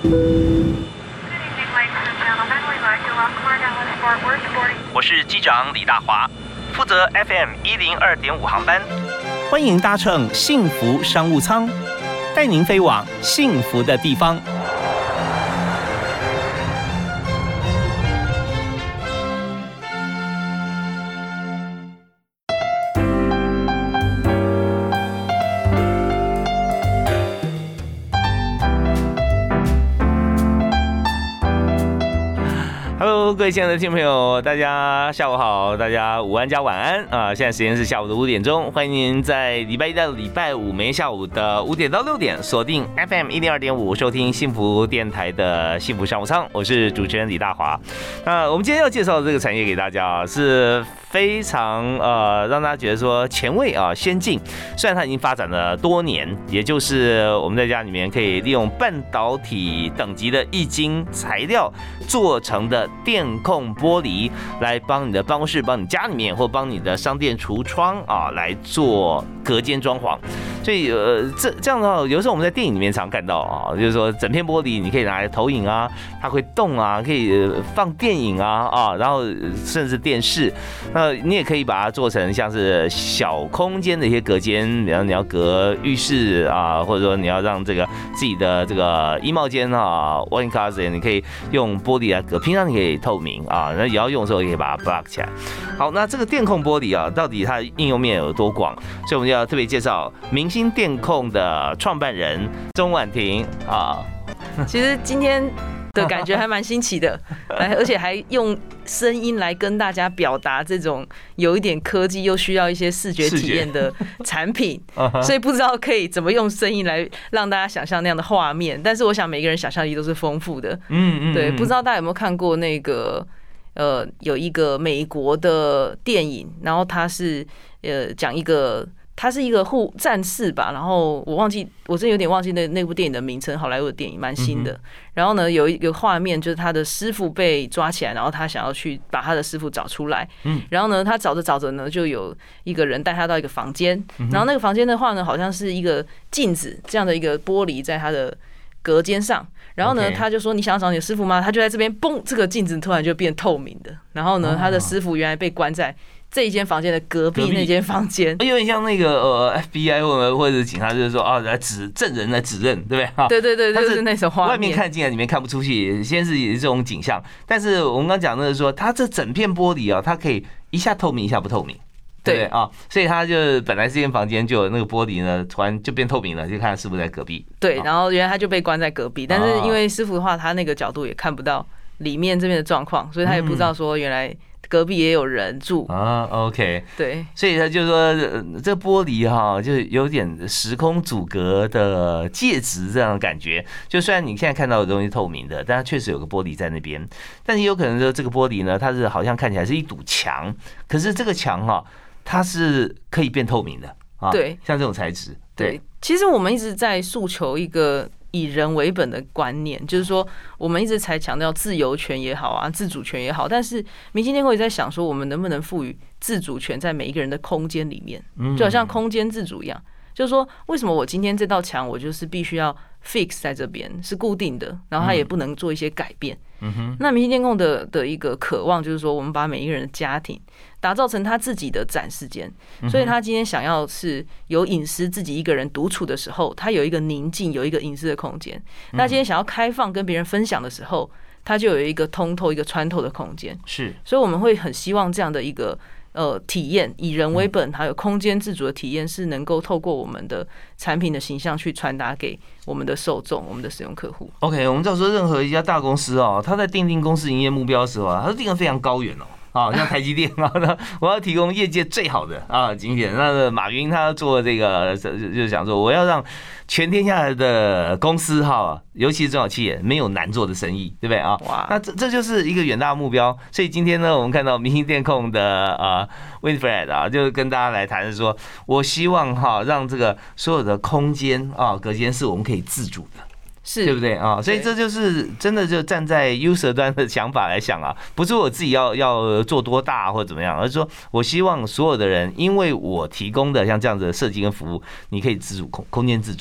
我是机长李大华，负责 FM102.5航班，欢迎搭乘幸福商务舱，带您飞往幸福的地方。Hello， 各位亲爱的听众朋友，大家下午好，大家午安加晚安啊！现在时间是下午的5点钟，欢迎您在礼拜一到礼拜五每天下午的5点到6点锁定 FM102.5 收听幸福电台的幸福商务舱，我是主持人李大华。那我们今天要介绍的这个产业给大家是非常让大家觉得说前卫啊先进，虽然它已经发展了多年，也就是我们在家里面可以利用半导体等级的液晶材料做成的电控玻璃，来帮你的办公室、帮你家里面或帮你的商店橱窗啊来做隔间装潢。所以这样的话，有时候我们在电影里面常看到啊，就是说整片玻璃你可以拿来投影啊，它会动啊，可以放电影啊，然后甚至电视。你也可以把它做成像是小空间的一些隔间，比方你要隔浴室啊，或者说你要让这个自己的这个衣帽间啊 ，walk-in closet， 你可以用玻璃来隔，平常你可以透明啊，那也要用的时候也可以把它 block 起来。好，那这个电控玻璃啊，到底它的应用面有多广？所以我们就要特别介绍明星电控的创办人钟婉婷啊。 其实今天的感觉还蛮新奇的，而且还用声音来跟大家表达这种有一点科技又需要一些视觉体验的产品，所以不知道可以怎么用声音来让大家想象那样的画面。但是我想每个人想象力都是丰富的，对，不知道大家有没有看过那个有一个美国的电影，然后它是讲一个。他是一个战士吧，然后我真有点忘记那部电影的名称，好莱坞的电影，蛮新的。然后呢，有一个画面就是他的师傅被抓起来，然后他想要去把他的师傅找出来。然后呢，他找着找着呢，就有一个人带他到一个房间，然后那个房间的话呢，好像是一个镜子这样的一个玻璃在他的隔间上。然后呢，他就说：“你想要找你的师傅吗？”他就在这边，嘣，这个镜子突然就变透明的。然后呢，他的师傅原来被关在这一间房间的隔壁那间房间， 有点像那个FBI 或者警察，就是说来证人来指认，对不对？ 对，就是那种画面。 外面看进来，里面看不出去，先是这种景象。但是我们刚讲的是说，它这整片玻璃啊，它可以一下透明，一下不透明。对啊，所以他就本来这间房间就有那个玻璃呢，突然就变透明了，就看师傅在隔壁。 对，然后原来他就被关在隔壁，但是因为师傅的话，他那个角度也看不到里面这边的状况，所以他也不知道说原来隔壁也有人住啊。OK， 对， 所以他就说这玻璃哈，就有点时空阻隔的介质这样的感觉。就虽然你现在看到的东西透明的，但它确实有个玻璃在那边，但是有可能说这个玻璃呢，它是好像看起来是一堵墙，可是这个墙哈。它是可以变透明的啊， 对， 像这种材质， 对。其实我们一直在诉求一个以人为本的观念，就是说我们一直才强调自由权也好啊，自主权也好，但是明星电控也在想说，我们能不能赋予自主权在每一个人的空间里面，就好像空间自主一样。就是说，为什么我今天这道墙我就是必须要 fix 在这边是固定的，然后它也不能做一些改变。那明星电控的一个渴望就是说，我们把每一个人的家庭打造成他自己的展示间，所以他今天想要是有隐私，自己一个人独处的时候，他有一个宁静，有一个隐私的空间。那今天想要开放跟别人分享的时候，他就有一个通透、一个穿透的空间。是，所以我们会很希望这样的一个体验，以人为本，还有空间自主的体验，是能够透过我们的产品的形象去传达给我们的受众、我们的使用客户。OK， 我们知道说，任何一家大公司哦，他在订定公司营业目标的时候啊，他定得非常高远哦。像台积电啊，我要提供业界最好的晶片。那马云他做这个，就是想说，我要让全天下的公司尤其是中小企业没有难做的生意，对不对啊？哇，那这就是一个远大的目标。所以今天呢，我们看到明星电控的Winfred 就跟大家来谈说，我希望让这个所有的空间隔间是我们可以自主的。是对不对啊？所以这就是真的，就站在 user 端的想法来想啊，不是我自己要做多大或怎么样，而是说我希望所有的人，因为我提供的像这样子的设计跟服务，你可以自主空间自主。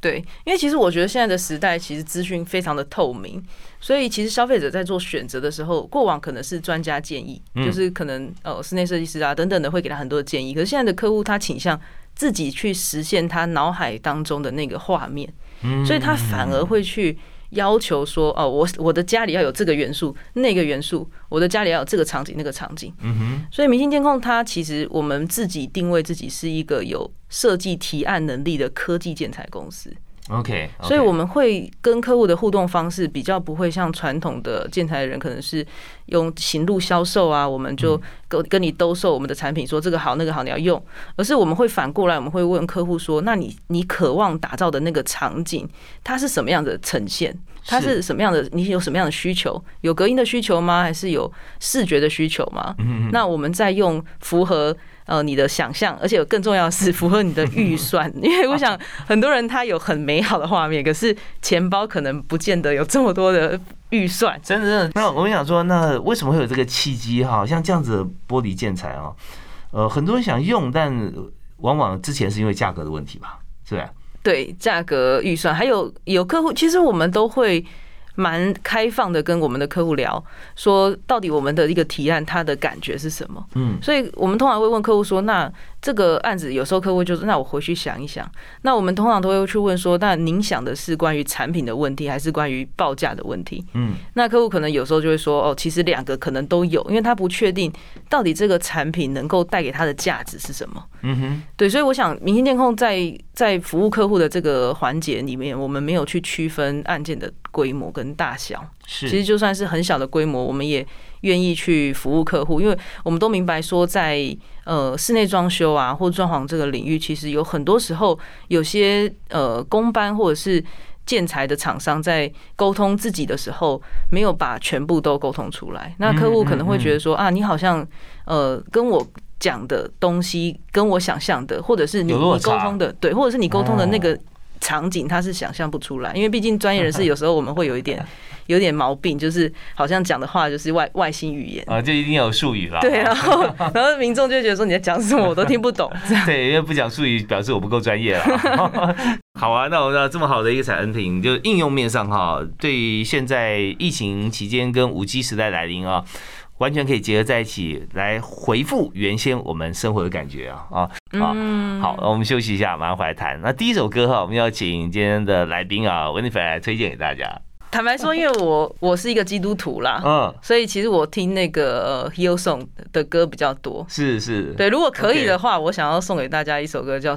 对，因为其实我觉得现在的时代其实资讯非常的透明，所以其实消费者在做选择的时候，过往可能是专家建议，就是可能室内设计师啊等等的会给他很多的建议，可是现在的客户他倾向自己去实现他脑海当中的那个画面，所以他反而会去要求说，我的家里要有这个元素、那个元素，我的家里要有这个场景、那个场景。所以明星监控它其实我们自己定位自己是一个有设计提案能力的科技建材公司。 OK， 所以我们会跟客户的互动方式比较不会像传统的建材人，可能是用行路销售啊，我们就跟你兜售我们的产品，说这个好那个好你要用，而是我们会反过来，我们会问客户说，那你渴望打造的那个场景，它是什么样的呈现？它是什么样的？你有什么样的需求？有隔音的需求吗？还是有视觉的需求吗？那我们再用符合你的想象，而且更重要的是符合你的预算，因为我想很多人他有很美好的画面，可是钱包可能不见得有这么多的预算。 真的，那我们想说，那为什么会有这个契机哈？像这样子的玻璃建材啊，很多人想用，但往往之前是因为价格的问题吧，是吧？ 对，价格、预算，还有客户，其实我们都会蛮开放的跟我们的客户聊，说到底我们的一个提案，他的感觉是什么？所以我们通常会问客户说，那这个案子有时候客户就说，那我回去想一想。那我们通常都会去问说，那您想的是关于产品的问题，还是关于报价的问题？那客户可能有时候就会说，其实两个可能都有，因为他不确定到底这个产品能够带给他的价值是什么。对，所以我想明星监控在服务客户的这个环节里面，我们没有去区分案件的规模跟大小。其实就算是很小的规模，我们也愿意去服务客户，因为我们都明白说在室内装修啊或装潢这个领域，其实有很多时候有些工班或者是建材的厂商在沟通自己的时候，没有把全部都沟通出来。那客户可能会觉得说你好像跟我讲的东西跟我想象的，或者是你沟通的，对，或者是你沟通的那个场景，他是想象不出来。因为毕竟专业人士有时候我们会有一点毛病，就是好像讲的话就是外星语言就一定要有术语啦。 对，然后民众就会觉得说你在讲什么我都听不懂。 对，因为不讲术语表示我不够专业啦。好啊，那我们这么好的一个产品，就应用面上哈，对现在疫情期间跟5G 时代来临啊，完全可以结合在一起，来回复原先我们生活的感觉啊。好，我们休息一下，马上回来谈。那第一首歌哈，我们要请今天的来宾啊，Winifred 来推荐给大家。 坦白说，因为我是一个基督徒啦，所以其实我听那个 Hillsong 的歌比较多。是，对，如果可以的话，我想要送给大家一首歌叫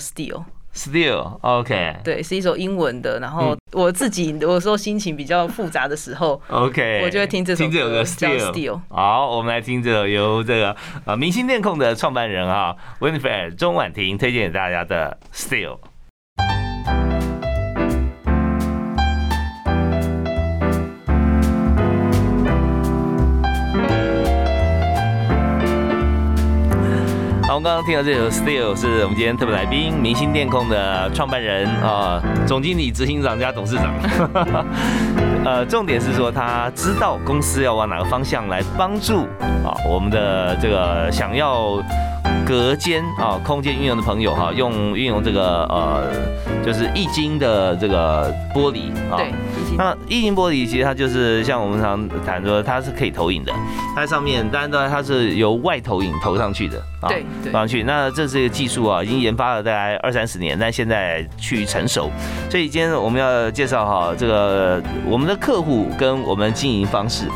Still。OK， 对，是一首英文的。然后我自己有时候心情比较复杂的时候，OK， 我就会听这首歌叫 Still。好， 我们来听这首由这个明星电控的创办人Winifred 钟婉婷推荐给大家的 Still。好，我们刚刚听到这首 Still 是我们今天特别来宾，明星电控的创办人总经理、执行长加董事长。重点是说他知道公司要往哪个方向来帮助我们的这个想要隔间空间运用的朋友运用这个就是液晶的这个玻璃对， 那液晶玻璃其实它就是像我们常谈说它是可以投影的，它在上面当然它是由外投影投上去的对， 投上去。那这是一个技术已经研发了大概20-30年，但现在趋于成熟。所以今天我们要介绍这个我们的客户跟我们经营方式。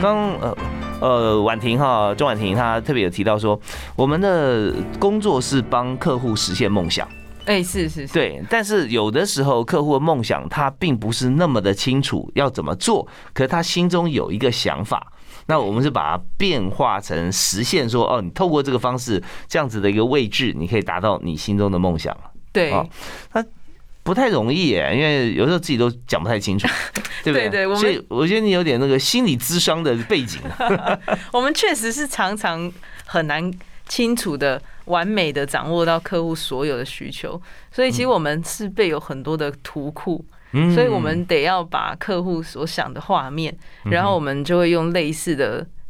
婉婷钟婉婷她特别有提到说，我们的工作是帮客户实现梦想。 是， 对，但是有的时候客户的梦想他并不是那么的清楚要怎么做，可是他心中有一个想法，那我们是把它变化成实现说，你透过这个方式这样子的一个位置，你可以达到你心中的梦想。 对， 那不太容易耶，因为有时候自己都讲不太清楚，对不对？ 对， 所以我觉得你有点那个心理咨商的背景。 我们确实是常常很难清楚的、完美的掌握到客户所有的需求，所以其实我们是备有很多的图库，所以我们得要把客户所想的画面，然后我们就会用类似的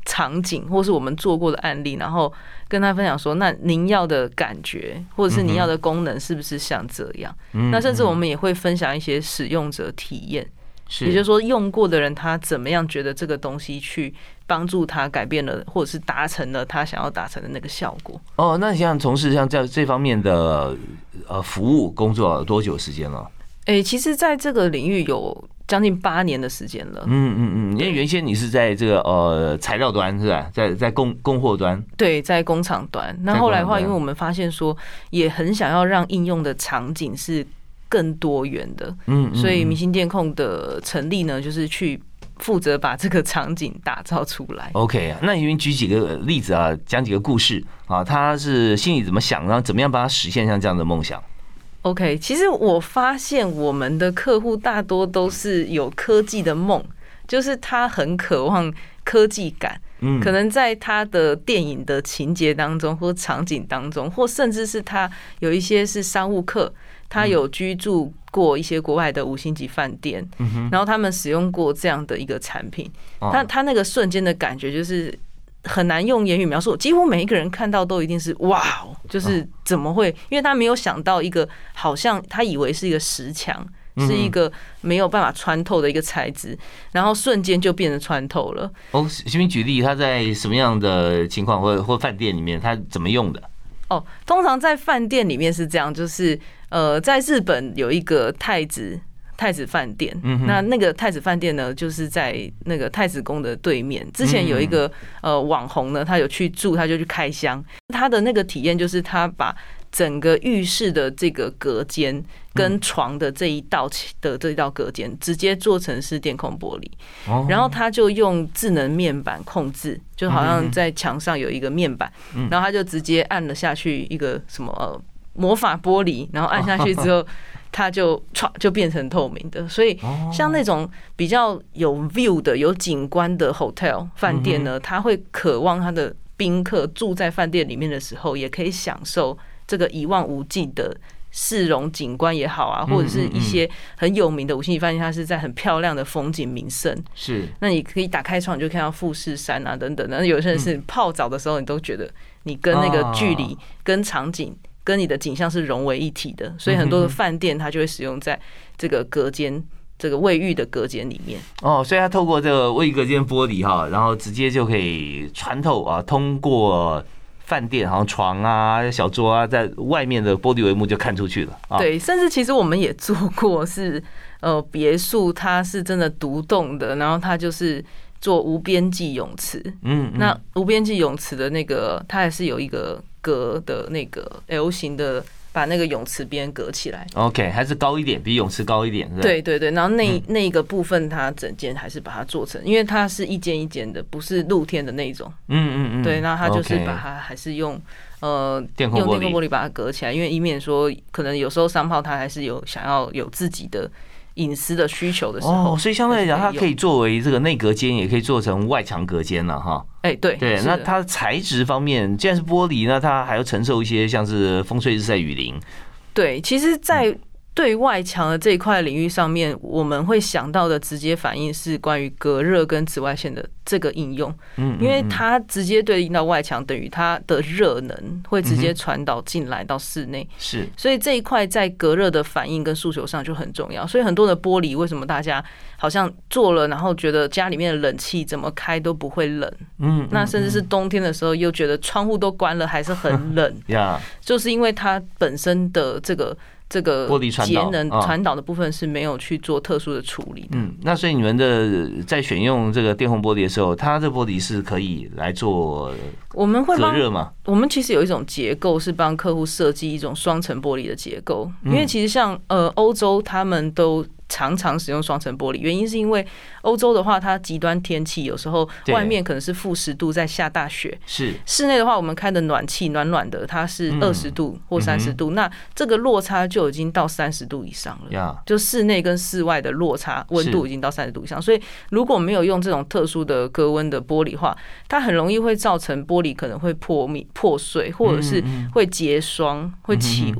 场景，或是我们做过的案例，然后跟他分享说，那您要的感觉，或者是您要的功能是不是像这样？那甚至我们也会分享一些使用者体验，也就是说用过的人他怎么样觉得这个东西去帮助他改变了，或者是达成了他想要达成的那个效果。 哦，那你像从事像这方面的服务工作多久时间了？ 其实在这个领域有将近8年的时间了。 因为原先你是在这个材料端是吧？在供货端。对， 在工厂端。那后来的话，因为我们发现说，也很想要让应用的场景是更多元的。所以明星电控的成立呢，就是去负责把这个场景打造出来。 OK， 那你举几个例子啊，讲几个故事啊，他是心里怎么想，然后怎么样帮他实现像这样的梦想 ？OK， 其实我发现我们的客户大多都是有科技的梦，就是他很渴望科技感，可能在他的电影的情节当中，或场景当中，或甚至是他有一些是商务客，他有居住过一些国外的5星级饭店，然后他们使用过这样的一个产品，他那个瞬间的感觉就是很难用言语描述，几乎每一个人看到都一定是哇，就是怎么会？因为他没有想到一个好像他以为是一个石墙，是一个没有办法穿透的一个材质，然后瞬间就变成穿透了。 请你举例，他在什么样的情况或饭店里面，他怎么用的？ 通常在饭店里面是这样，就是在日本有一个太子饭店，那个太子饭店呢，就是在那个太子宫的对面。之前有一个网红呢，他有去住，他就去开箱。他的那个体验就是他把整个浴室的这个隔间跟床的这一道隔间直接做成是电控玻璃，然后他就用智能面板控制，就好像在墙上有一个面板，然后他就直接按了下去一个什么魔法玻璃，然后按下去之后。它就变成透明的，所以像那种比较有 view 的、有景观的 hotel 饭店呢，他会渴望他的宾客住在饭店里面的时候，也可以享受这个一望无际的市容景观也好啊，或者是一些很有名的5星级饭店，它是在很漂亮的风景名胜。是，那你可以打开窗，你就看到富士山啊等等的。那有些人是泡澡的时候，你都觉得你跟那个距离、跟场景。跟你的景象是融为一体的，所以很多的饭店它就会使用在这个隔间、这个卫浴的隔间里面。 所以它透过这个卫浴隔间玻璃哈，然后直接就可以穿透啊，通过饭店好像床啊、小桌啊，在外面的玻璃帷幕就看出去了。 对，甚至其实我们也做过是别墅，它是真的独栋的，然后它就是做无边际泳池。那无边际泳池的那个，它还是有一个。隔的那个 L 型的，把那个泳池边隔起来。OK， 还是高一点，比泳池高一点。 对对对，然后那个部分，它整间还是把它做成，因为它是一间一间的，不是露天的那种。对，那它就是把它还是用电控玻璃把它隔起来，因为以免说可能有时候商炮它还是有想要有自己的。隐私的需求的时候， 所以相对来讲，它可以作为这个内隔间，也可以做成外墙隔间了哈。 对， 那它材质方面，既然是玻璃，那它还要承受一些像是风吹日晒雨淋。 对，其实，在对外墙的这一块领域上面，我们会想到的直接反应是关于隔热跟紫外线的这个应用。因为它直接对应到外墙，等于它的热能会直接传导进来到室内。是，所以这一块在隔热的反应跟诉求上就很重要。所以很多的玻璃，为什么大家好像做了，然后觉得家里面的冷气怎么开都不会冷？那甚至是冬天的时候，又觉得窗户都关了还是很冷。就是因为它本身的这个玻璃节能传导的部分是没有去做特殊的处理的。 那所以你们的在选用这个电控玻璃的时候，它的玻璃是可以来做隔热吗？ 我们其实有一种结构是帮客户设计一种双层玻璃的结构，因为其实像欧洲他们都常常使用双层玻璃，原因是因为欧洲的话，它极端天气有时候外面可能是-10度在下大雪，是室内的话，我们开的暖气暖暖的，它是20度或30度，那这个落差就已经到30度以上了，就室内跟室外的落差温度已经到30度以上，所以如果没有用这种特殊的隔温的玻璃的话，它很容易会造成玻璃可能会破碎，或者是会结霜、会起雾。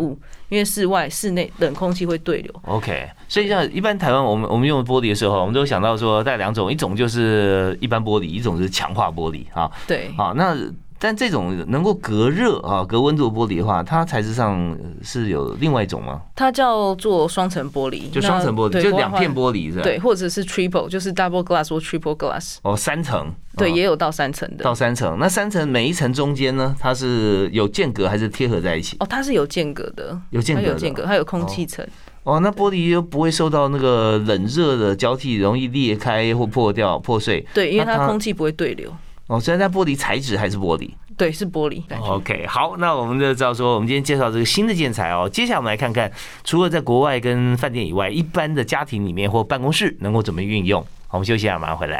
因为室外、室内冷空气会对流。 OK， 所以像一般台湾我们用玻璃的时候，我们都想到说带2种，一种就是一般玻璃，一种是强化玻璃啊。 对， 好，但这种能够隔热啊、隔温度的玻璃的话，它材质上是有另外一种吗？ 它叫做双层玻璃， 就双层玻璃，就2片玻璃是吧？ 对，或者是 triple， 就是 double glass 或 triple glass。 哦，3层。 对，也有到3层的。 到3层，那3层每一层中间呢，它是有间隔还是贴合在一起？ 哦，它是有间隔的， 有间隔， 它有空气层。 哦，那玻璃又不会受到那个冷热的交替，容易裂开或破碎。 对，因为它空气不会对流。 哦，所以它玻璃材质还是玻璃。 对，是玻璃。 OK， 好，那我们就知道说，我们今天介绍这个新的建材哦。接下来我们来看看，除了在国外跟饭店以外，一般的家庭里面或办公室能够怎么运用。好，我们休息一下，马上回来。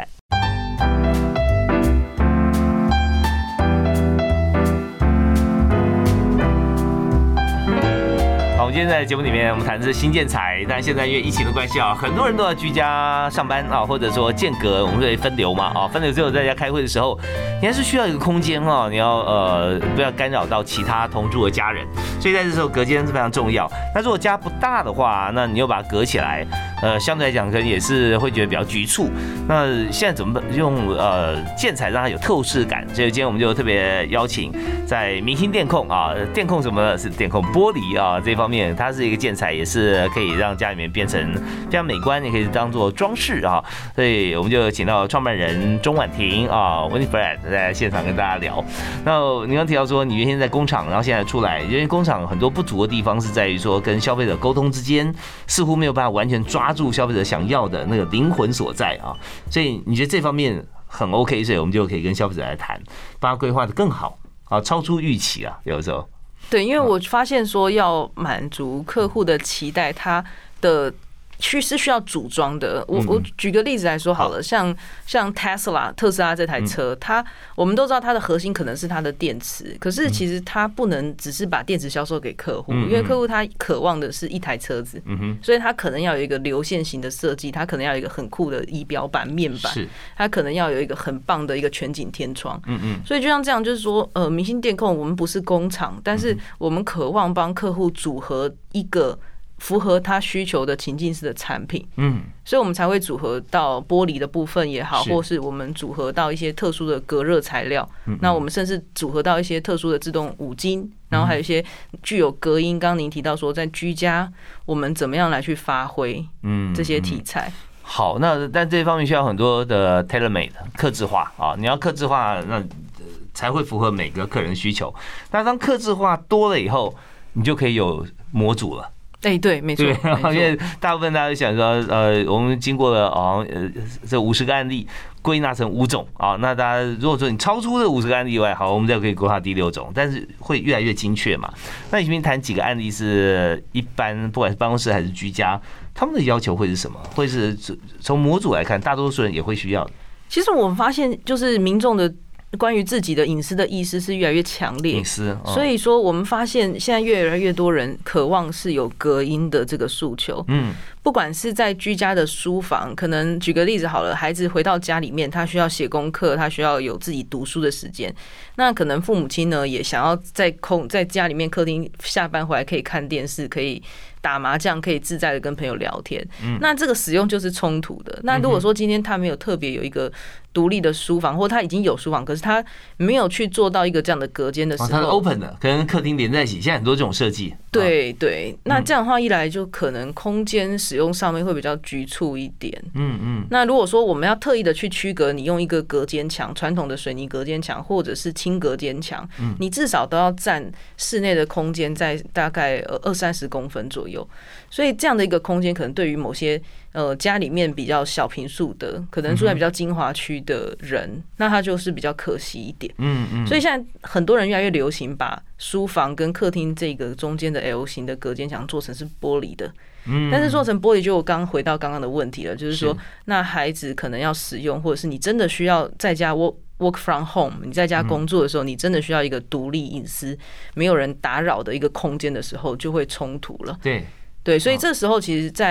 我们今天在节目里面，我们谈的是新建材，但现在因为疫情的关系啊，很多人都要居家上班啊，或者说间隔，我们会分流嘛啊，分流之后在家开会的时候，你还是需要一个空间啊，你要不要干扰到其他同住的家人，所以在这时候隔间是非常重要。那如果家不大的话，那你又把它隔起来，相对来讲可能也是会觉得比较局促。那现在怎么用建材让它有透视感？所以今天我们就特别邀请在明星电控啊，电控什么呢？是电控玻璃啊这方面。它是一个建材，也是可以让家里面变成非常美观，也可以当做装饰啊。所以我们就请到创办人钟婉婷啊 ，Winifred 在现场跟大家聊。那你刚提到说，你原先在工厂，然后现在出来，因为工厂很多不足的地方是在于说，跟消费者沟通之间似乎没有办法完全抓住消费者想要的那个灵魂所在啊。所以你觉得这方面很 OK， 所以我们就可以跟消费者来谈，把它规划得更好啊，超出预期啊，有的时候。 对，因为我发现说要满足客户的期待，他的是需要组装的。我举个例子来说好了，像特斯拉这台车，我们都知道它的核心可能是它的电池，可是其实它不能只是把电池销售给客户，因为客户他渴望的是一台车子，所以他可能要有一个流线型的设计，他可能要有一个很酷的仪表板、面板，他可能要有一个很棒的一个全景天窗。所以就像这样，就是说，明星电控我们不是工厂，但是我们渴望帮客户组合一个符合他需求的情境式的产品，所以我们才会组合到玻璃的部分也好，或是我们组合到一些特殊的隔热材料，那我们甚至组合到一些特殊的自动五金，然后还有一些具有隔音。刚刚您提到说，在居家我们怎么样来去发挥这些题材。 好，但这方面需要很多的 tailor-made 客制化啊，你要客制化，那才会符合每个客人需求。那当客制化多了以后，你就可以有模组了。 对，没错。 因为大部分大家都想说，我们经过了这50个案例，归纳成5种啊。那大家如果说你超出这50个案例以外，好，我们再可以规划第6种，但是会越来越精确嘛。那你这边谈几个案例是一般，不管是办公室还是居家，他们的要求会是什么？会是从模组来看，大多数人也会需要的。 其实我们发现，就是民众的关于自己的隐私的意识是越来越强烈， 隐私， 所以说我们发现现在越来越多人渴望是有隔音的这个诉求。不管是在居家的书房，可能举个例子好了，孩子回到家里面，他需要写功课，他需要有自己读书的时间。那可能父母亲呢，也想要在家里面客厅下班回来可以看电视，可以打麻将，可以自在的跟朋友聊天。那这个使用就是冲突的。那如果说今天他没有特别有一个独立的书房，或他已经有书房，可是他没有去做到一个这样的隔间的时候， 它是 open 的，可能客厅连在一起。现在很多这种设计。 对，那这样的话一来就可能空间使用上面会比较局促一点。那如果说我们要特意的去区隔，你用一个隔间墙，传统的水泥隔间墙，或者是轻隔间墙，你至少都要占室内的空间在大概20-30公分左右。所以这样的一个空间，可能对于某些家里面比较小坪数的，可能住在比较精华区的人，那他就是比较可惜一点。所以现在很多人越来越流行把书房跟客厅这个中间的 L 型的隔间墙做成是玻璃的。但是做成玻璃，就我刚回到刚刚的问题了，就是说，那孩子可能要使用，或者是你真的需要在家work from home， 你在家工作的时候，你真的需要一个独立隐私、没有人打扰的一个空间的时候，就会冲突了。 对， 所以这时候其实，在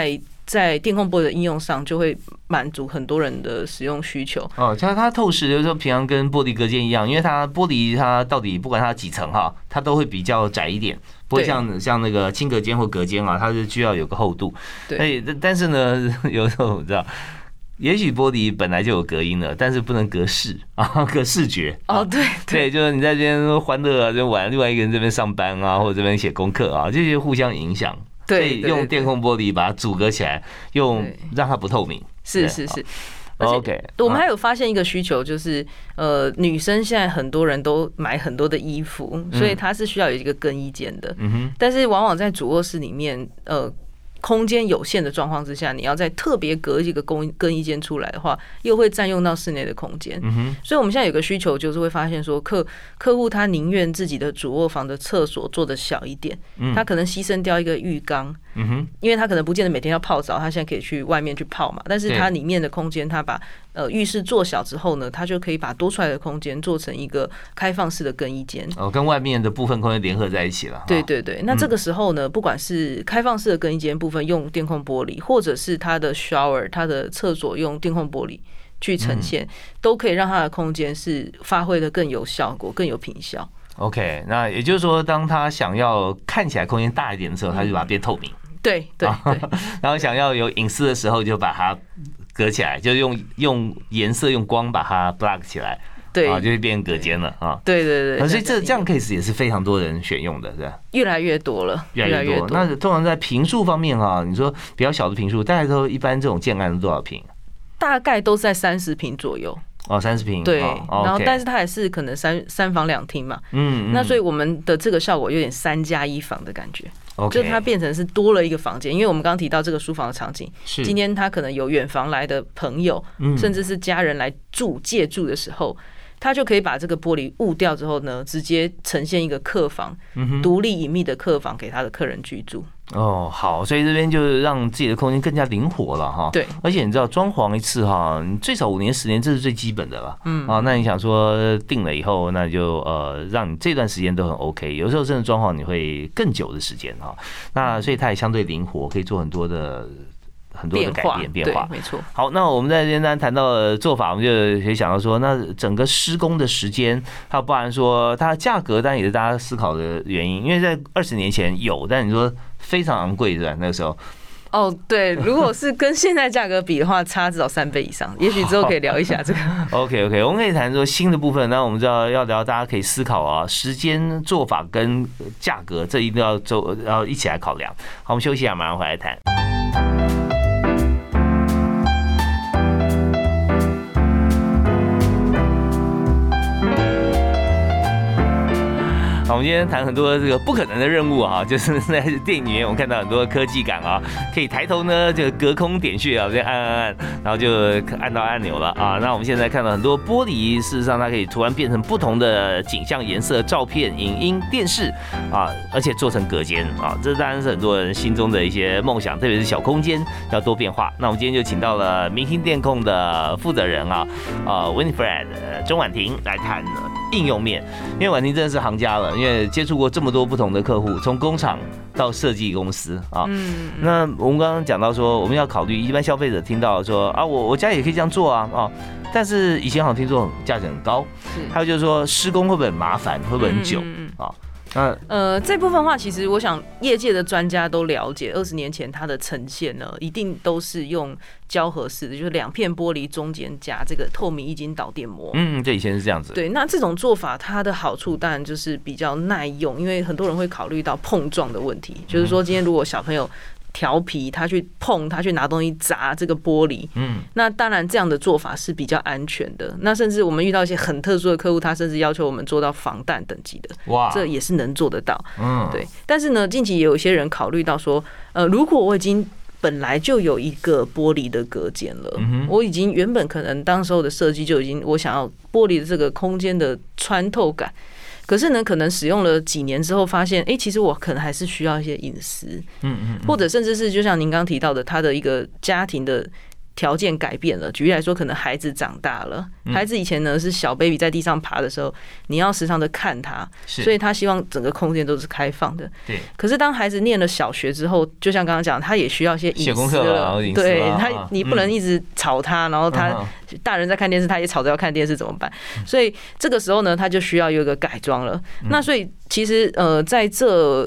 在电控玻璃的应用上，就会满足很多人的使用需求。 它透视就是说，平常跟玻璃隔间一样，因为它玻璃它到底不管它几层哈，它都会比较窄一点，不会像那个轻隔间或隔间啊，它是需要有个厚度。对，但是呢，有时候你知道。也许玻璃本来就有隔音了，但是不能隔视啊，隔视觉。对，就是你在这边欢乐啊，这边玩，另外一个人这边上班啊，或者这边写功课啊，这些互相影响。所以用电控玻璃把它阻隔起来，让它不透明。 是。OK， 我们还有发现一个需求，就是女生现在很多人都买很多的衣服，所以它是需要有一个更衣间的。但是往往在主卧室里面，空间有限的状况之下，你要再特别隔一个更衣间出来的话，又会占用到室内的空间。所以我们现在有个需求，就是会发现说，客户他宁愿自己的主卧房的厕所做的小一点，他可能牺牲掉一个浴缸，因为他可能不见得每天要泡澡，他现在可以去外面去泡嘛。但是他里面的空间，他把浴室做小之后呢，他就可以把多出来的空间做成一个开放式的更衣间， 跟外面的部分空间联合在一起了。 对，那这个时候呢，不管是开放式的更衣间部分用电控玻璃，或者是它的 shower 它的厕所用电控玻璃去呈现，都可以让它的空间是发挥的更有效果、更有品效。 OK， 那也就是说，当他想要看起来空间大一点的时候，他就把它变透明。 对。 然后想要有隐私的时候，就把它隔起来，就用颜色、用光把它 block 起来。对，就会变隔间了啊。 对。 所以这样 case 也是非常多人选用的，是吧？ 越来越多了， 越来越多。那通常在坪数方面哈，你说比较小的坪数，大概都一般这种建案是多少坪？ 大概都在30坪左右。 30坪。 对，然后但是它也是可能三房2厅嘛。那所以我们的这个效果有点3+1房的感觉。就它变成是多了一个房间，因为我们刚刚提到这个书房的场景，今天他可能有远房来的朋友，甚至是家人来借住的时候，他就可以把这个玻璃雾掉之后呢，直接呈现一个客房，独立隐秘的客房给他的客人居住。 好，所以这边就是让自己的空间更加灵活了哈。 对， 而且你知道装潢一次哈，你最少5年10年，这是最基本的了。那你想说定了以后，那就让你这段时间都很 OK。有时候真的装潢你会更久的时间哈。那所以它也相对灵活，可以做很多的改变化， 没错。 好，那我们在这边谈到做法，我们就可以想到说，那整个施工的时间，还有包含说它的价格，当然也是大家思考的原因。因为在20年前有，但你说非常昂贵，是吧？那个时候。 对，如果是跟现在价格比的话，差至少3倍以上。也许之后可以聊一下这个。 OK， 我们可以谈说新的部分。那我们知道要聊，大家可以思考啊，时间、做法跟价格，这一定要一起来考量。好，我们休息一下，马上回来谈。好，我们今天谈很多这个不可能的任务啊，就是在电影里面我们看到很多科技感啊，可以抬头呢，这个隔空点穴啊，这样按，然后就按到按钮了啊。那我们现在看到很多玻璃，事实上它可以突然变成不同的景象、颜色、照片、影音、电视啊，而且做成隔间啊，这当然是很多人心中的一些梦想，特别是小空间要多变化。那我们今天就请到了明星电控的负责人Winifred 钟婉婷来谈应用面，因为婉婷真的是行家了。因为接触过这么多不同的客户，从工厂到设计公司啊，那我们刚刚讲到说，我们要考虑一般消费者听到说啊，我家也可以这样做啊，但是以前好像听说价钱很高，还有就是说施工会不会很麻烦，会不会很久啊？ 这部分的话，其实我想业界的专家都了解，20年前它的呈现呢，一定都是用胶合式的，就是2片玻璃中间夹这个透明液晶导电膜。 对，以前是这样子。 对，那这种做法它的好处当然就是比较耐用，因为很多人会考虑到碰撞的问题，就是说今天如果小朋友调皮，他去碰，他去拿东西砸这个玻璃，那当然这样的做法是比较安全的。那甚至我们遇到一些很特殊的客户，他甚至要求我们做到防弹等级的，这也是能做得到。对。但是呢，近期也有一些人考虑到说，如果我已经本来就有一个玻璃的隔间了，我已经原本可能当时候的设计就已经我想要玻璃的这个空间的穿透感。可是呢，可能使用了几年之后，发现，其实我可能还是需要一些隐私，或者甚至是就像您刚刚提到的，他的一个家庭的条件改变了，举例来说，可能孩子长大了，孩子以前呢是小 baby 在地上爬的时候，你要时常的看他，所以他希望整个空间都是开放的。 对。 可是当孩子念了小学之后，就像刚刚讲，他也需要一些隐私了，对他，你不能一直吵他，然后他大人在看电视，他也吵着要看电视怎么办？所以这个时候呢，他就需要有一个改装了。那所以其实在这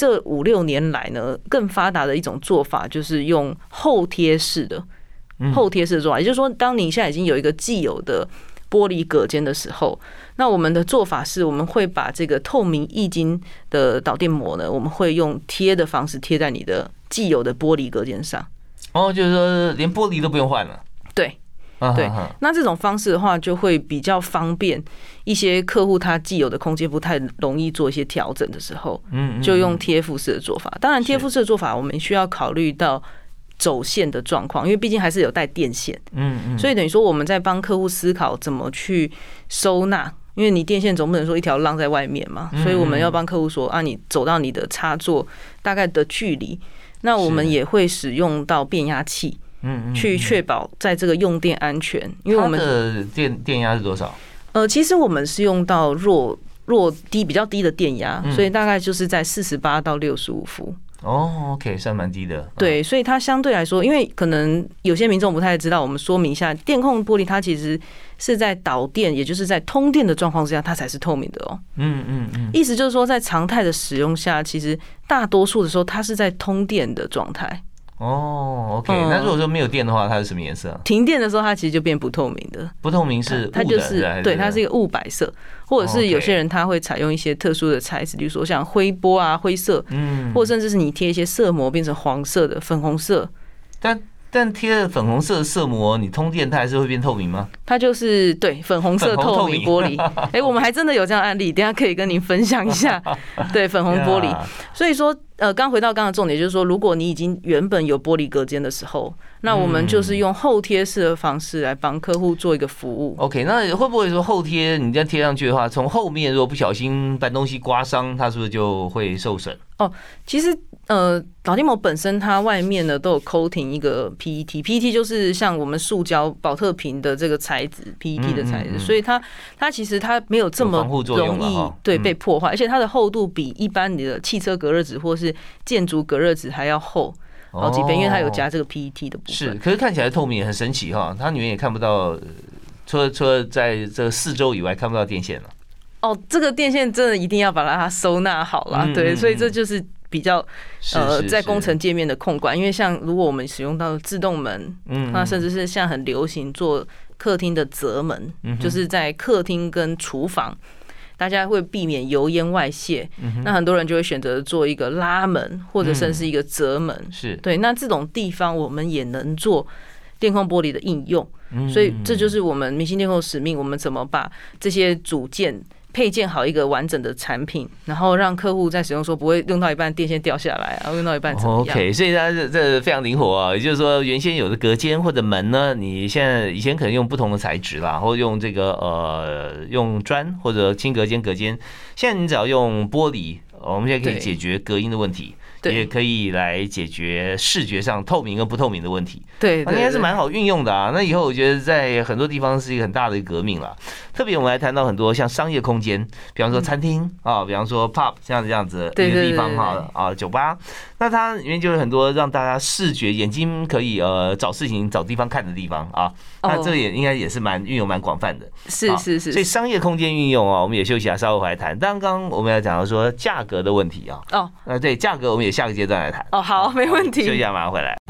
5-6年来呢，更发达的一种做法就是用后贴式的。后贴式的做法，也就是说，当你现在已经有一个既有的玻璃隔间的时候，那我们的做法是，我们会把这个透明液晶的导电膜呢，我们会用贴的方式贴在你的既有的玻璃隔间上。 哦，就是说连玻璃都不用换了。 对。对，那这种方式的话，就会比较方便一些客户，他既有的空间不太容易做一些调整的时候，就用贴附式的做法。当然，贴附式的做法，我们需要考虑到走线的状况，因为毕竟还是有带电线，所以等于说我们在帮客户思考怎么去收纳，因为你电线总不能说一条浪在外面嘛，所以我们要帮客户说啊，你走到你的插座大概的距离，那我们也会使用到变压器，去确保在这个用电安全，因为我们的电压是多少？ 其实我们是用到弱低比较低的电压，所以大概就是在48到65伏。 哦 ，OK， 算蛮低的。 对，所以它相对来说，因为可能有些民众不太知道，我们说明一下，电控玻璃它其实是在导电，也就是在通电的状况之下，它才是透明的哦。意思就是说，在常态的使用下，其实大多数的时候，它是在通电的状态。 哦 ，OK， 那如果说没有电的话，它是什么颜色？ 停电的时候，它其实就变不透明的。 不透明是它就是对，它是一个雾白色，或者是有些人他会采用一些特殊的材质，比如说像灰玻啊、灰色，或甚至是你贴一些色膜变成黄色的、粉红色。 但贴了粉红色的色膜，你通电它还是会变透明吗？ 它就是对粉红色透明玻璃。我们还真的有这样的案例，等一下可以跟您分享一下。对，粉红玻璃。所以说，刚回到刚刚的重点，就是说，如果你已经原本有玻璃隔间的时候，那我们就是用后贴式的方式来帮客户做一个服务。 OK， 那会不会说后贴你这样贴上去的话，从后面如果不小心把东西刮伤，它是不是就会受损？ 其实导电膜本身它外面呢都有 coating 一个 PET 就是像我们塑胶保特瓶的这个材质 PET 的材质，所以它其实它没有这么容易被破坏，而且它的厚度比一般你的汽车隔热纸或是建筑隔热纸还要厚好几倍，因为它有加这个 PET 的部分。 是，可是看起来透明也很神奇哈，它里面也看不到，除了在这四周以外看不到电线了。 这个电线真的一定要把它收纳好啦，对，所以这就是比较在工程界面的控管，因为像如果我们使用到自动门，那甚至是像很流行做客厅的折门，就是在客厅跟厨房，大家会避免油烟外泄，那很多人就会选择做一个拉门或者甚至一个折门，是对，那这种地方我们也能做电控玻璃的应用，所以这就是我们明星电控的使命，我们怎么把这些组件配件好一个完整的产品，然后让客户在使用时候不会用到一半电线掉下来啊，用到一半怎么样 ？OK， 所以它这非常灵活啊。也就是说，原先有的隔间或者门呢，你现在以前可能用不同的材质啦，或用这个用砖或者轻隔间隔间，现在你只要用玻璃，我们现在可以解决隔音的问题。也可以来解决视觉上透明跟不透明的问题，对，应该是蛮好运用的啊。那以后我觉得在很多地方是一个很大的革命了。特别我们还谈到很多像商业空间，比方说餐厅啊，比方说 pub 像这样子一个地方哈酒吧，那它里面就有很多让大家视觉眼睛可以找事情找地方看的地方啊。那这也应该也是运用蛮广泛的， 是。 所以商业空间运用啊，我们也休息一下，稍后回来谈。刚刚我们要讲到说价格的问题啊，对价格我们也下个阶段来谈。 好，没问题。 休息一下，马上回来。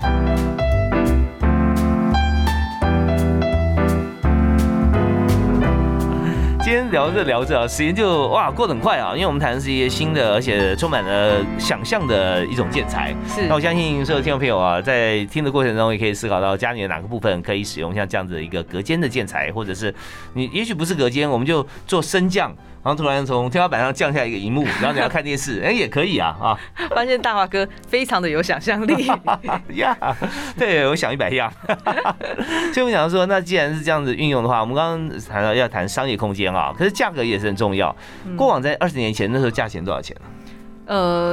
今天聊着，时间就过得很快啊，因为我们谈的是一些新的，而且充满了想象的一种建材。是，那我相信所有听众朋友啊，在听的过程中也可以思考到家里的哪个部分可以使用像这样子的一个隔间的建材，或者是你也许不是隔间，我们就做升降。然后突然从天花板上降下一个荧幕，然后你要看电视，也可以啊！ 发现大华哥非常的有想象力呀，对我想100样。所以我想说，那既然是这样子运用的话，我们刚刚谈到要谈商业空间啊，可是价格也是很重要。过往在20年前那时候价钱多少钱呢？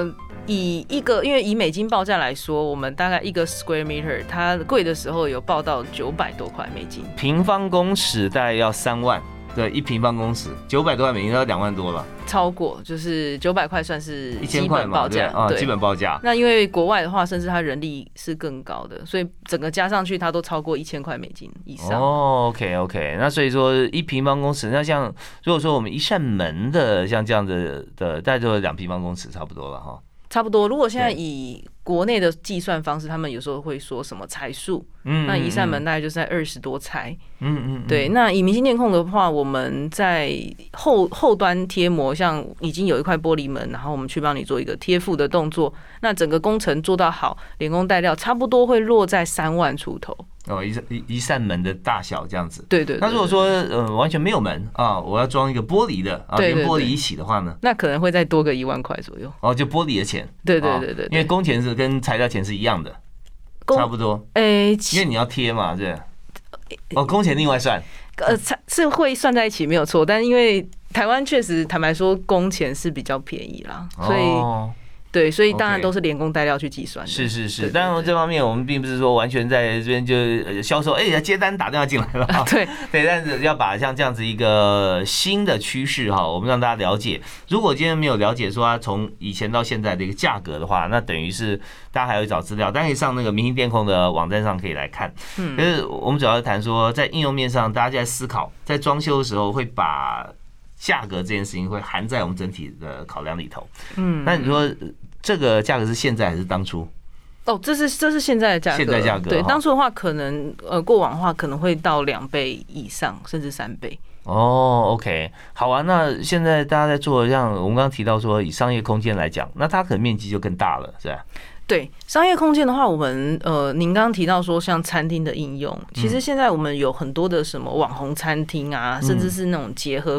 因为以美金报价来说，我们大概一个 square meter， 它贵的时候有报到900多块美金， 平方公尺大概要3万。对，1平方公尺900多块美金，要2万多了， 超过就是900块算是基本报价对， 基本报价。 那因为国外的话，甚至它人力是更高的，所以整个加上去，它都超过1000块美金以上。 哦 ，OK， 那所以说1平方公尺，那像如果说我们一扇门的像这样的大概就2平方公尺差不多了哈。 差不多，如果现在以国内的计算方式，他们有时候会说什么才数，那一扇门大概就是在20多才，对。那以明星电控的话，我们在后端贴膜，像已经有一块玻璃门，然后我们去帮你做一个贴附的动作，那整个工程做到好，连工带料，差不多会落在3万出头。 哦，一扇门的大小这样子。 对。 那如果说完全没有门啊，我要装一个玻璃的啊，连玻璃一起的话呢， 那可能会再多个1万块左右。 哦，就玻璃的钱。对，因为工钱是跟材料钱是一样的，差不多。因为你要贴嘛，对。哦，工钱另外算。 是会算在一起没有错，但因为台湾确实坦白说工钱是比较便宜啦，所以。对，所以当然都是连工带料去计算的。是， 当然这方面我们并不是说完全在这边就销售，接单打电话进来了。 对， 但是要把像这样子一个新的趋势哈，我们让大家了解。如果今天没有了解说它从以前到现在的一个价格的话，那等于是大家还要找资料，大家可以上那个明星电控的网站上可以来看。可是我们主要谈说在应用面上，大家在思考，在装修的时候会把价格这件事情会含在我们整体的考量里头。那你说这个价格是现在还是当初？ 哦，这是现在的价格。 现在价格对，当初的话可能过往的话可能会到2倍以上，甚至3倍。 哦 ，OK， 好啊。那现在大家在做，像我们刚刚提到说，以商业空间来讲，那它可能面积就更大了，是吧？ 对，商业空间的话，我们您刚刚提到说像餐厅的应用，其实现在我们有很多的什么网红餐厅啊，甚至是那种结合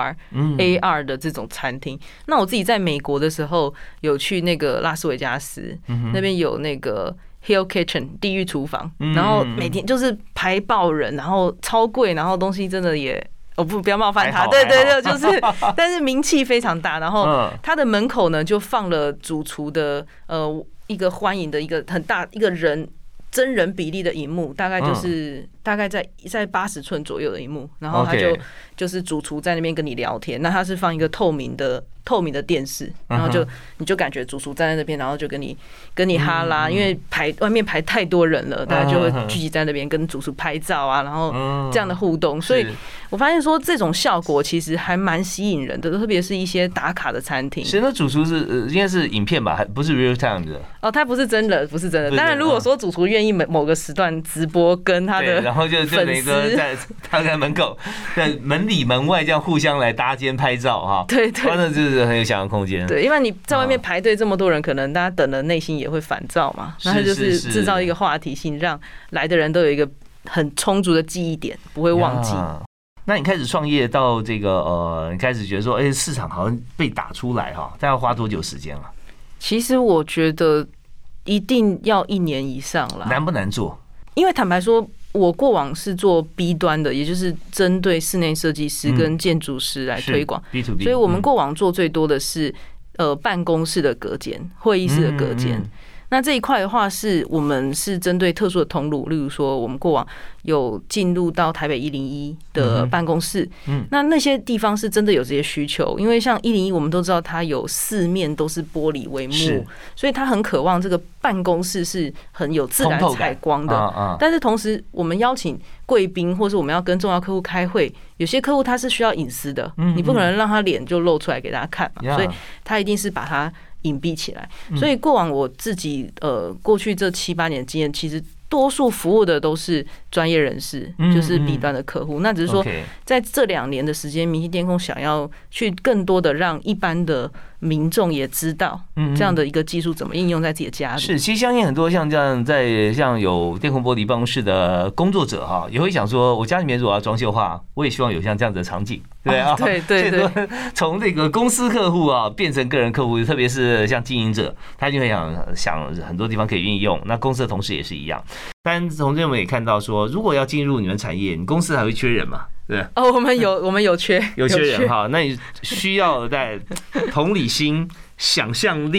VR、AR 的这种餐厅。那我自己在美国的时候有去那个拉斯维加斯，那边有那个 Hell Kitchen 地狱厨房，然后每天就是排爆人，然后超贵，然后东西真的也。不要冒犯他，对，就是，但是名气非常大。然后他的门口呢，就放了主厨的一个欢迎的一个很大一个真人比例的荧幕，大概就是大概在80寸左右的荧幕，然后他就是主厨在那边跟你聊天。那他是放一个透明的电视，然后你就感觉主厨站在那边，然后就跟你哈拉，因为外面排太多人了，大家就会聚集在那边跟主厨拍照啊，然后这样的互动。所以我发现说这种效果其实还蛮吸引人的，特别是一些打卡的餐厅。 是那主厨是应该是影片吧，还不是 real time 的。 哦，他不是真的。当然，如果说主厨愿意某个时段直播跟他的然后就等于说他在门口，在门里门外这样互相来搭肩拍照哈。对，那就是很有想象空间。 对，因为你在外面排队这么多人，可能大家等了内心也会烦躁嘛。那他就是制造一个话题性，让来的人都有一个很充足的记忆点，不会忘记。 那你开始创业到这个你开始觉得说，市场好像被打出来哈，大概要花多久时间啊？ 其实我觉得一定要1年以上啦。 难不难做？ 因为坦白说，我过往是做 B 端的，也就是针对室内设计师跟建筑师来推广 B2B， 所以我们过往做最多的是办公室的隔间、会议室的隔间。那这一块的话，是我们是针对特殊的通路，例如说我们过往有进入到台北101的办公室，那些地方是真的有这些需求，因为像101我们都知道它有4面都是玻璃帷幕，所以它很渴望这个办公室是很有自然采光的。但是同时我们邀请贵宾或是我们要跟重要客户开会，有些客户他是需要隐私的，你不可能让他脸就露出来给大家看嘛，所以他一定是把它隐蔽起来。所以过往我自己过去这7、8年的经验，其实多数服务的都是专业人士，就是 B 端的客户。那只是说在这2年的时间，明星电控想要去更多的让一般的民众也知道这样的一个技术怎么应用在自己的家里。 是，其实相信很多像这样像有电控玻璃办公室的工作者哈，也会想说，我家里面如果要装修的话，我也希望有像这样子的场景，对啊， 对， 从这个公司客户啊变成个人客户，特别是像经营者，他就会想很多地方可以运用。那公司的同事也是一样。但从这我们也看到说，如果要进入你们产业，你公司还会缺人嘛？对哦，我们有缺人哈，那你需要在同理心、想象力、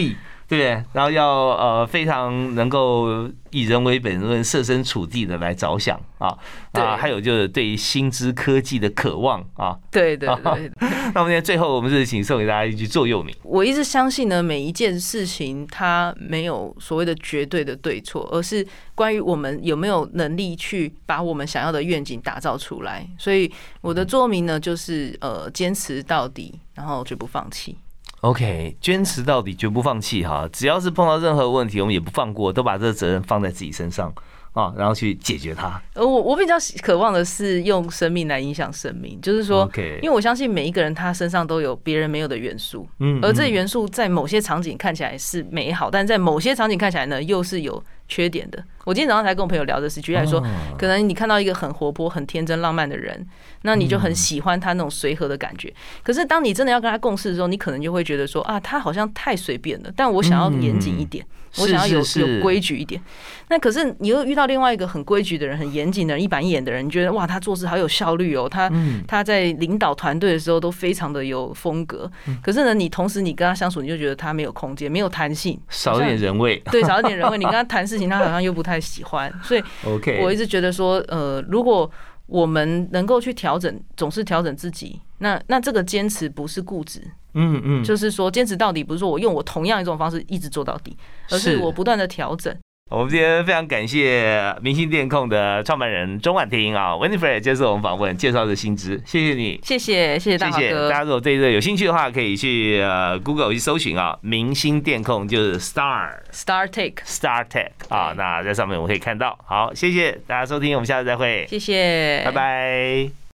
对不对？然后要非常能够以人为本论、设身处地的来着想啊。还有就是对于新知科技的渴望啊。 对。那我们今天最后，我们是请送给大家一句座右铭。 我一直相信呢，每一件事情它没有所谓的绝对的对错，而是关于我们有没有能力去把我们想要的愿景打造出来。所以我的座右铭呢，就是坚持到底，然后绝不放弃。 OK， 坚持到底，绝不放弃哈！只要是碰到任何问题，我们也不放过，都把这个责任放在自己身上啊，然后去解决它。 我比较渴望的是用生命来影响生命，就是说，因为我相信每一个人他身上都有别人没有的元素，而这元素在某些场景看起来是美好，但在某些场景看起来呢，又是有缺点的。我今天早上才跟我朋友聊的是，举例来说，可能你看到一个很活泼、很天真、浪漫的人，那你就很喜欢他那种随和的感觉。可是当你真的要跟他共事的时候，你可能就会觉得说啊，他好像太随便了，但我想要严谨一点，我想要有规矩一点。那可是你又遇到另外一个很规矩的人、很严谨的人、一板一眼的人，你觉得哇，他做事好有效率哦，他在领导团队的时候都非常的有风格。可是呢，你同时你跟他相处，你就觉得他没有空间、没有弹性， 少一点人味。 对，少一点人味。你跟他谈事情，他好像又不太喜欢。所以，我一直觉得说，如果我们能够去调整，总是调整自己，那这个坚持不是固执，就是说坚持到底，不是说我用我同样一种方式一直做到底，而是我不断的调整。 我们今天非常感谢明星电控的创办人钟婉婷啊 ，Winifred 接受我们访问，介绍的新知，谢谢你， 谢谢大华哥。 大家如果对这个有兴趣的话，可以去Google 去搜寻啊，明星电控就是 StarTech 啊，那在上面我们可以看到。好，谢谢大家收听，我们下次再会， 谢谢， 拜拜。